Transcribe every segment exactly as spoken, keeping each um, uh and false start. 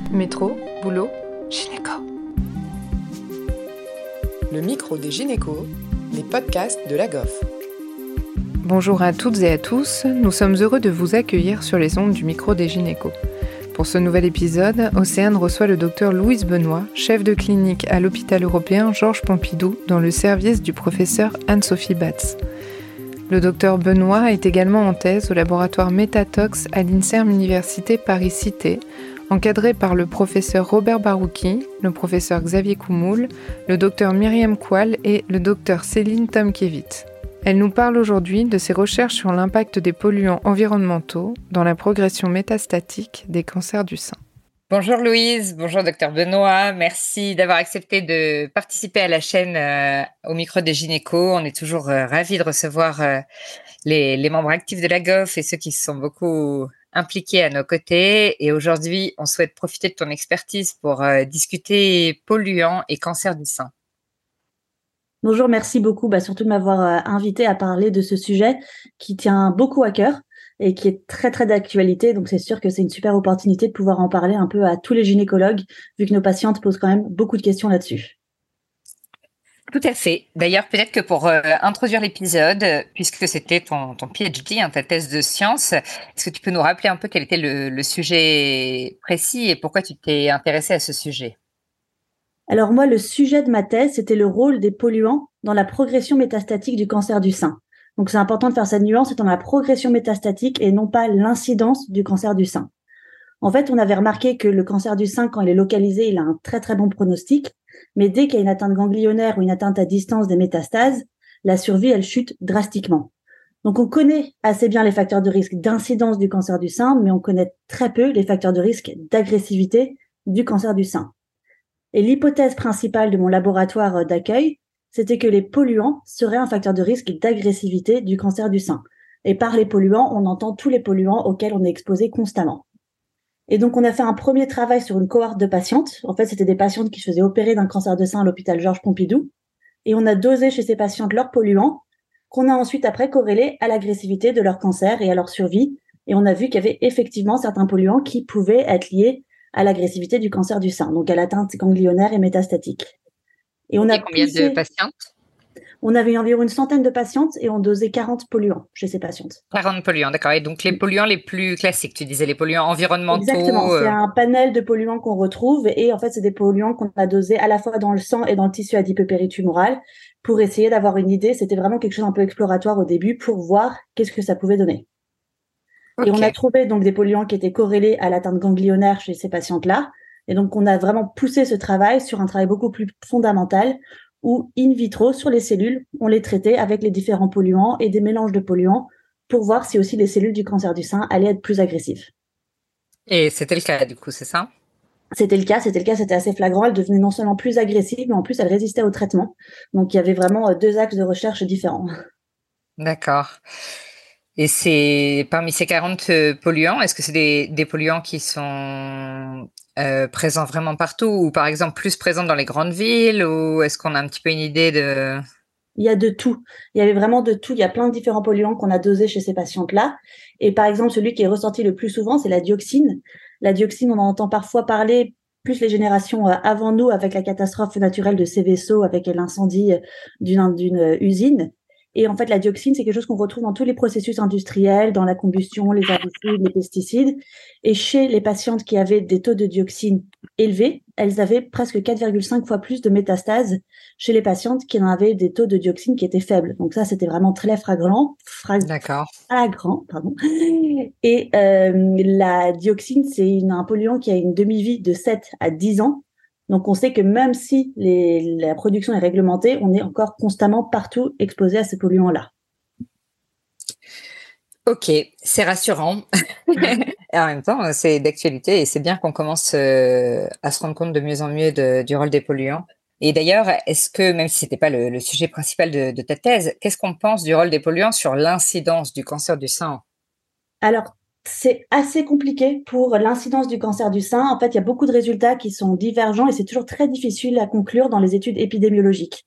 Métro, boulot, gynéco. Le micro des gynécos, les podcasts de la G O F. Bonjour à toutes et à tous, nous sommes heureux de vous accueillir sur les ondes du micro des gynécos. Pour ce nouvel épisode, Océane reçoit le docteur Louise Benoît, chef de clinique à l'hôpital européen Georges Pompidou, dans le service du professeur Anne-Sophie Batz. Le docteur Benoît est également en thèse au laboratoire Métatox à l'INSERM Université Paris-Cité, encadré par le professeur Robert Barouki, le professeur Xavier Coumoul, le docteur Myriam Koual et le docteur Céline Tomkiewicz. Elle nous parle aujourd'hui de ses recherches sur l'impact des polluants environnementaux dans la progression métastatique des cancers du sein. Bonjour Louise, bonjour docteur Benoît, merci d'avoir accepté de participer à la chaîne euh, au micro des gynécos. On est toujours euh, ravis de recevoir euh, les, les membres actifs de la G O F et ceux qui se sont beaucoup impliqués à nos côtés. Et aujourd'hui, on souhaite profiter de ton expertise pour euh, discuter polluants et cancer du sein. Bonjour, merci beaucoup, bah, surtout de m'avoir euh, invité à parler de ce sujet qui tient beaucoup à cœur et qui est très très d'actualité. Donc c'est sûr que c'est une super opportunité de pouvoir en parler un peu à tous les gynécologues, vu que nos patientes posent quand même beaucoup de questions là-dessus. Tout à fait. D'ailleurs, peut-être que pour euh, introduire l'épisode, puisque c'était ton, ton P H D, hein, ta thèse de science, est-ce que tu peux nous rappeler un peu quel était le, le sujet précis et pourquoi tu t'es intéressée à ce sujet ? Alors moi, le sujet de ma thèse, c'était le rôle des polluants dans la progression métastatique du cancer du sein. Donc c'est important de faire cette nuance, c'est dans la progression métastatique et non pas l'incidence du cancer du sein. En fait, on avait remarqué que le cancer du sein, quand il est localisé, il a un très très bon pronostic, mais dès qu'il y a une atteinte ganglionnaire ou une atteinte à distance des métastases, la survie, elle chute drastiquement. Donc on connaît assez bien les facteurs de risque d'incidence du cancer du sein, mais on connaît très peu les facteurs de risque d'agressivité du cancer du sein. Et l'hypothèse principale de mon laboratoire d'accueil, c'était que les polluants seraient un facteur de risque d'agressivité du cancer du sein. Et par les polluants, on entend tous les polluants auxquels on est exposé constamment. Et donc, on a fait un premier travail sur une cohorte de patientes. En fait, c'était des patientes qui se faisaient opérer d'un cancer de sein à l'hôpital Georges Pompidou. Et on a dosé chez ces patientes leurs polluants, qu'on a ensuite après corrélé à l'agressivité de leur cancer et à leur survie. Et on a vu qu'il y avait effectivement certains polluants qui pouvaient être liés à l'agressivité du cancer du sein, donc à l'atteinte ganglionnaire et métastatique. Et on a et combien poussé... de patientes ? On avait environ une centaine de patientes et on dosait quarante polluants chez ces patientes. quarante polluants, d'accord. Et donc les polluants les plus classiques, tu disais les polluants environnementaux. Exactement, euh... c'est un panel de polluants qu'on retrouve et en fait c'est des polluants qu'on a dosés à la fois dans le sang et dans le tissu adipeux péritumoral pour essayer d'avoir une idée. C'était vraiment quelque chose un peu exploratoire au début pour voir qu'est-ce que ça pouvait donner. Okay. Et on a trouvé donc des polluants qui étaient corrélés à l'atteinte ganglionnaire chez ces patientes-là. Et donc, on a vraiment poussé ce travail sur un travail beaucoup plus fondamental où, in vitro, sur les cellules, on les traitait avec les différents polluants et des mélanges de polluants pour voir si aussi les cellules du cancer du sein allaient être plus agressives. Et c'était le cas, du coup, c'est ça ? C'était le cas, c'était le cas, c'était assez flagrant. Elles devenaient non seulement plus agressives, mais en plus, elles résistaient au traitement. Donc, il y avait vraiment deux axes de recherche différents. D'accord. Et c'est parmi ces quarante polluants, est-ce que c'est des, des polluants qui sont euh, présents vraiment partout ou par exemple plus présents dans les grandes villes ou est-ce qu'on a un petit peu une idée de... Il y a de tout. Il y avait vraiment de tout. Il y a plein de différents polluants qu'on a dosés chez ces patientes-là. Et par exemple, celui qui est ressorti le plus souvent, c'est la dioxine. La dioxine, on en entend parfois parler, plus les générations avant nous avec la catastrophe naturelle de Seveso, avec l'incendie d'une, d'une usine. Et en fait, la dioxine, c'est quelque chose qu'on retrouve dans tous les processus industriels, dans la combustion, les herbicides, les pesticides. Et chez les patientes qui avaient des taux de dioxine élevés, elles avaient presque quatre virgule cinq fois plus de métastases chez les patientes qui en avaient des taux de dioxine qui étaient faibles. Donc ça, c'était vraiment très flagrant. Fra- D'accord. Flagrant, pardon. Et euh, la dioxine, c'est une, un polluant qui a une demi-vie de sept à dix ans. Donc, on sait que même si les, la production est réglementée, on est encore constamment partout exposé à ces polluants-là. Ok, c'est rassurant. Et en même temps, c'est d'actualité et c'est bien qu'on commence euh, à se rendre compte de mieux en mieux de, du rôle des polluants. Et d'ailleurs, est-ce que, même si c'était pas le, le sujet principal de, de ta thèse, qu'est-ce qu'on pense du rôle des polluants sur l'incidence du cancer du sein ? Alors, c'est assez compliqué pour l'incidence du cancer du sein. En fait, il y a beaucoup de résultats qui sont divergents et c'est toujours très difficile à conclure dans les études épidémiologiques.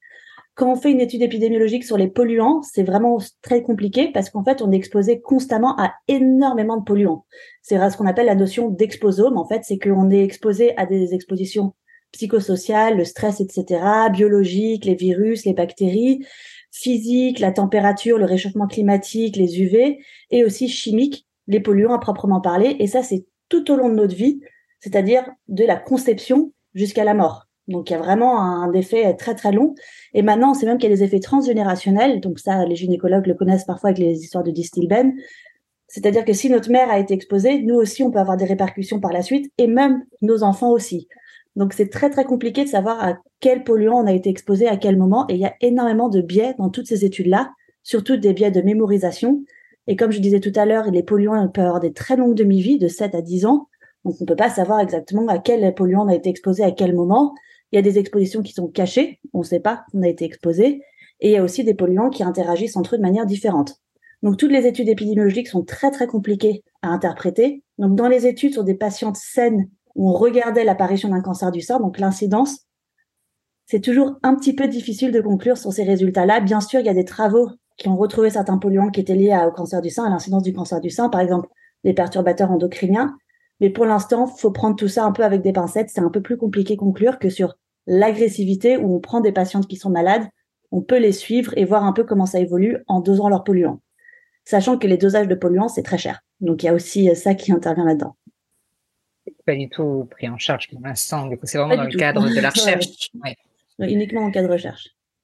Quand on fait une étude épidémiologique sur les polluants, c'est vraiment très compliqué parce qu'en fait, on est exposé constamment à énormément de polluants. C'est ce qu'on appelle la notion d'exposome. En fait, c'est qu'on est exposé à des expositions psychosociales, le stress, et cetera, biologiques, les virus, les bactéries, physiques, la température, le réchauffement climatique, les U V, et aussi chimiques, les polluants à proprement parler. Et ça, c'est tout au long de notre vie, c'est-à-dire de la conception jusqu'à la mort. Donc, il y a vraiment un effet très, très long. Et maintenant, on sait même qu'il y a des effets transgénérationnels. Donc ça, les gynécologues le connaissent parfois avec les histoires de Distilbène. C'est-à-dire que si notre mère a été exposée, nous aussi, on peut avoir des répercussions par la suite, et même nos enfants aussi. Donc, c'est très, très compliqué de savoir à quel polluant on a été exposé à quel moment. Et il y a énormément de biais dans toutes ces études-là, surtout des biais de mémorisation. Et comme je disais tout à l'heure, les polluants peuvent avoir des très longues demi-vies, de sept à dix ans. Donc, on ne peut pas savoir exactement à quel polluant on a été exposé à quel moment. Il y a des expositions qui sont cachées, on ne sait pas qu'on a été exposé, et il y a aussi des polluants qui interagissent entre eux de manière différente. Donc, toutes les études épidémiologiques sont très, très compliquées à interpréter. Donc, dans les études sur des patientes saines où on regardait l'apparition d'un cancer du sein, donc l'incidence, c'est toujours un petit peu difficile de conclure sur ces résultats-là. Bien sûr, il y a des travaux qui ont retrouvé certains polluants qui étaient liés au cancer du sein, à l'incidence du cancer du sein, par exemple les perturbateurs endocriniens. Mais pour l'instant, faut prendre tout ça un peu avec des pincettes. C'est un peu plus compliqué de conclure que sur l'agressivité où on prend des patientes qui sont malades, on peut les suivre et voir un peu comment ça évolue en dosant leurs polluants. Sachant que les dosages de polluants, c'est très cher. Donc, il y a aussi ça qui intervient là-dedans. Pas du tout pris en charge pour l'instant. Du coup, c'est vraiment dans le cadre de la recherche. Ouais. Ouais. Uniquement en cas de recherche.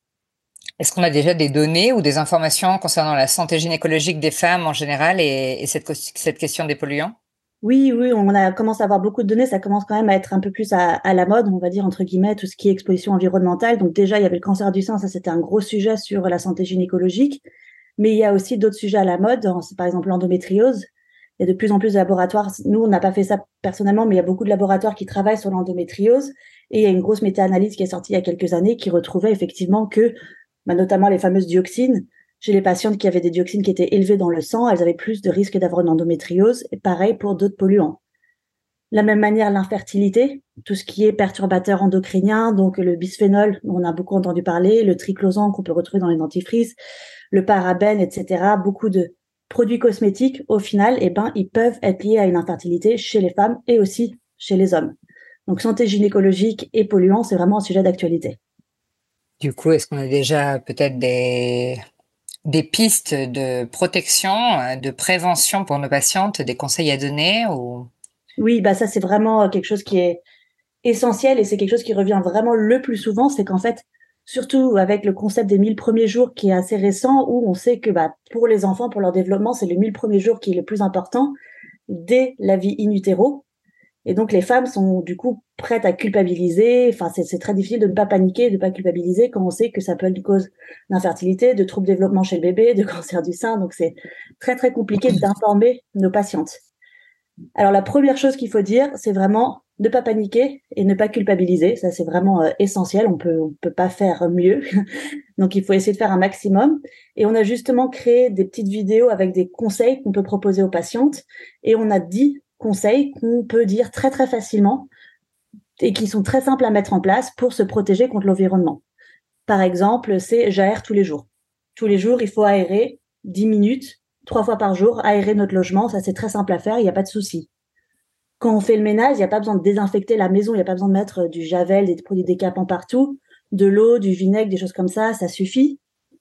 Est-ce qu'on a déjà des données ou des informations concernant la santé gynécologique des femmes en général et, et cette, cette question des polluants? Oui, oui, on a commencé à avoir beaucoup de données. Ça commence quand même à être un peu plus à, à la mode, on va dire, entre guillemets, tout ce qui est exposition environnementale. Donc déjà, il y avait le cancer du sein, ça c'était un gros sujet sur la santé gynécologique. Mais il y a aussi d'autres sujets à la mode, par exemple l'endométriose. Il y a de plus en plus de laboratoires. Nous, on n'a pas fait ça personnellement, mais il y a beaucoup de laboratoires qui travaillent sur l'endométriose. Et il y a une grosse méta-analyse qui est sortie il y a quelques années qui retrouvait effectivement que, bah, notamment les fameuses dioxines, chez les patientes qui avaient des dioxines qui étaient élevées dans le sang, elles avaient plus de risques d'avoir une endométriose, et pareil pour d'autres polluants. De la même manière, l'infertilité, tout ce qui est perturbateur endocrinien, donc le bisphénol, on a beaucoup entendu parler, le triclosan qu'on peut retrouver dans les dentifrices, le parabène, et cetera. Beaucoup de produits cosmétiques, au final, eh ben, ils peuvent être liés à une infertilité chez les femmes et aussi chez les hommes. Donc, santé gynécologique et polluants, c'est vraiment un sujet d'actualité. Du coup, est-ce qu'on a déjà peut-être des... des pistes de protection, de prévention pour nos patientes, des conseils à donner ou... Oui, bah ça c'est vraiment quelque chose qui est essentiel et c'est quelque chose qui revient vraiment le plus souvent, c'est qu'en fait, surtout avec le concept des mille premiers jours qui est assez récent, où on sait que bah, pour les enfants, pour leur développement, c'est les mille premiers jours qui est le plus important dès la vie in utero. Et donc les femmes sont du coup prêtes à culpabiliser. Enfin, c'est, c'est très difficile de ne pas paniquer, de ne pas culpabiliser quand on sait que ça peut être une cause d'infertilité, de troubles de développement chez le bébé, de cancer du sein. Donc c'est très très compliqué d'informer nos patientes. Alors la première chose qu'il faut dire, c'est vraiment ne pas paniquer et ne pas culpabiliser. Ça c'est vraiment euh, essentiel. On peut on peut pas faire mieux. Donc il faut essayer de faire un maximum. Et on a justement créé des petites vidéos avec des conseils qu'on peut proposer aux patientes. Et on a dix conseils qu'on peut dire très très facilement et qui sont très simples à mettre en place pour se protéger contre l'environnement. Par exemple, c'est j'aère tous les jours. Tous les jours, il faut aérer dix minutes, trois fois par jour, aérer notre logement. Ça, c'est très simple à faire, il n'y a pas de souci. Quand on fait le ménage, il n'y a pas besoin de désinfecter la maison, il n'y a pas besoin de mettre du javel, des produits décapants partout, de l'eau, du vinaigre, des choses comme ça, ça suffit.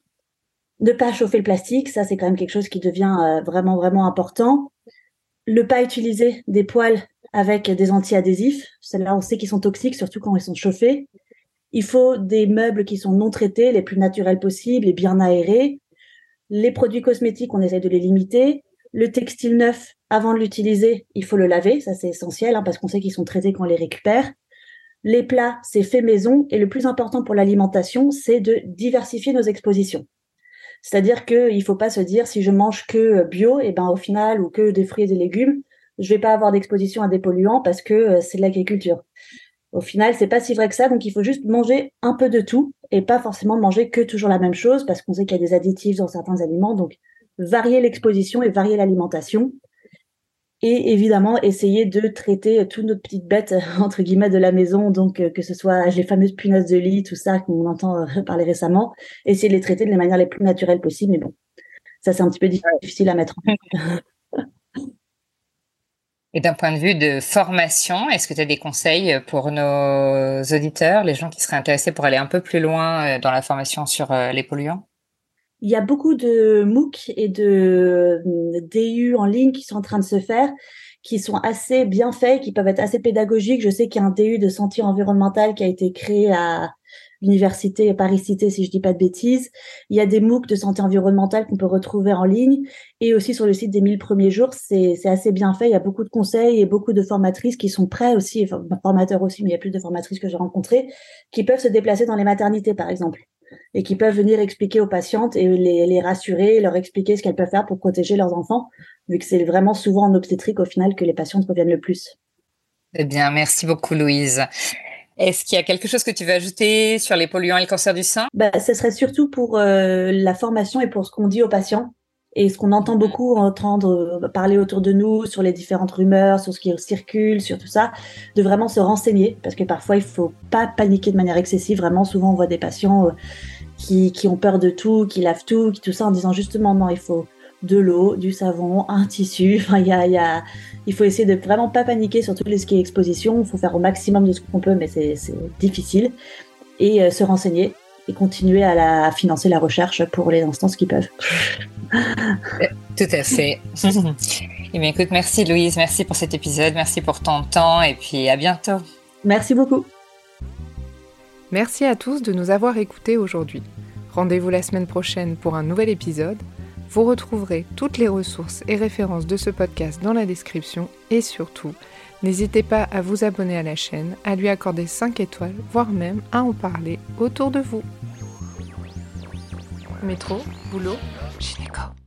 Ne pas chauffer le plastique, ça, c'est quand même quelque chose qui devient euh, vraiment, vraiment important. Ne pas utiliser des poêles avec des anti-adhésifs. Celles-là, on sait qu'ils sont toxiques, surtout quand ils sont chauffés. Il faut des meubles qui sont non traités, les plus naturels possibles et bien aérés. Les produits cosmétiques, on essaie de les limiter. Le textile neuf, avant de l'utiliser, il faut le laver. Ça, c'est essentiel hein, parce qu'on sait qu'ils sont traités quand on les récupère. Les plats, c'est fait maison. Et le plus important pour l'alimentation, c'est de diversifier nos expositions. C'est-à-dire qu'il ne faut pas se dire si je mange que bio, et ben au final, ou que des fruits et des légumes, je vais pas avoir d'exposition à des polluants parce que c'est de l'agriculture. Au final, c'est pas si vrai que ça, donc il faut juste manger un peu de tout et pas forcément manger que toujours la même chose parce qu'on sait qu'il y a des additifs dans certains aliments, donc varier l'exposition et varier l'alimentation. Et évidemment, essayer de traiter toutes nos petites bêtes, entre guillemets, de la maison, donc euh, que ce soit les fameuses punaises de lit, tout ça qu'on entend euh, parler récemment, essayer de les traiter de la manière les plus naturelles possible. Mais bon, ça, c'est un petit peu difficile à mettre en place. Et d'un point de vue de formation, est-ce que tu as des conseils pour nos auditeurs, les gens qui seraient intéressés pour aller un peu plus loin dans la formation sur les polluants? Il y a beaucoup de MOOC et de D U en ligne qui sont en train de se faire, qui sont assez bien faits, qui peuvent être assez pédagogiques. Je sais qu'il y a un D U de santé environnementale qui a été créé à l'université Paris-Cité, si je dis pas de bêtises. Il y a des MOOC de santé environnementale qu'on peut retrouver en ligne et aussi sur le site des mille premiers jours. C'est, c'est assez bien fait. Il y a beaucoup de conseils et beaucoup de formatrices qui sont prêts aussi, enfin, formateurs aussi, mais il y a plus de formatrices que j'ai rencontrées, qui peuvent se déplacer dans les maternités, par exemple, et qui peuvent venir expliquer aux patientes et les, les rassurer, leur expliquer ce qu'elles peuvent faire pour protéger leurs enfants, vu que c'est vraiment souvent en obstétrique au final que les patientes reviennent le plus. Eh bien, merci beaucoup Louise. Est-ce qu'il y a quelque chose que tu veux ajouter sur les polluants et le cancer du sein? Bah, ce serait surtout pour euh, la formation et pour ce qu'on dit aux patients et ce qu'on entend beaucoup entendre euh, parler autour de nous sur les différentes rumeurs, sur ce qui circule, sur tout ça, de vraiment se renseigner parce que parfois il faut pas paniquer de manière excessive. Vraiment, souvent on voit des patients euh, qui, qui ont peur de tout, qui lavent tout, qui tout ça en disant justement non, il faut de l'eau, du savon, un tissu. Enfin, il y a, il y a, il faut essayer de vraiment pas paniquer sur tout ce qui est exposition. Il faut faire au maximum de ce qu'on peut, mais c'est, c'est difficile. Et euh, se renseigner et continuer à, la, à financer la recherche pour les instances qui peuvent. Tout à fait. Eh bien, écoute, merci Louise, merci pour cet épisode, merci pour ton temps et puis à bientôt. Merci beaucoup. Merci à tous de nous avoir écoutés aujourd'hui. Rendez-vous la semaine prochaine pour un nouvel épisode. Vous retrouverez toutes les ressources et références de ce podcast dans la description et surtout, n'hésitez pas à vous abonner à la chaîne, à lui accorder cinq étoiles, voire même à en parler autour de vous. Métro, boulot, gynéco.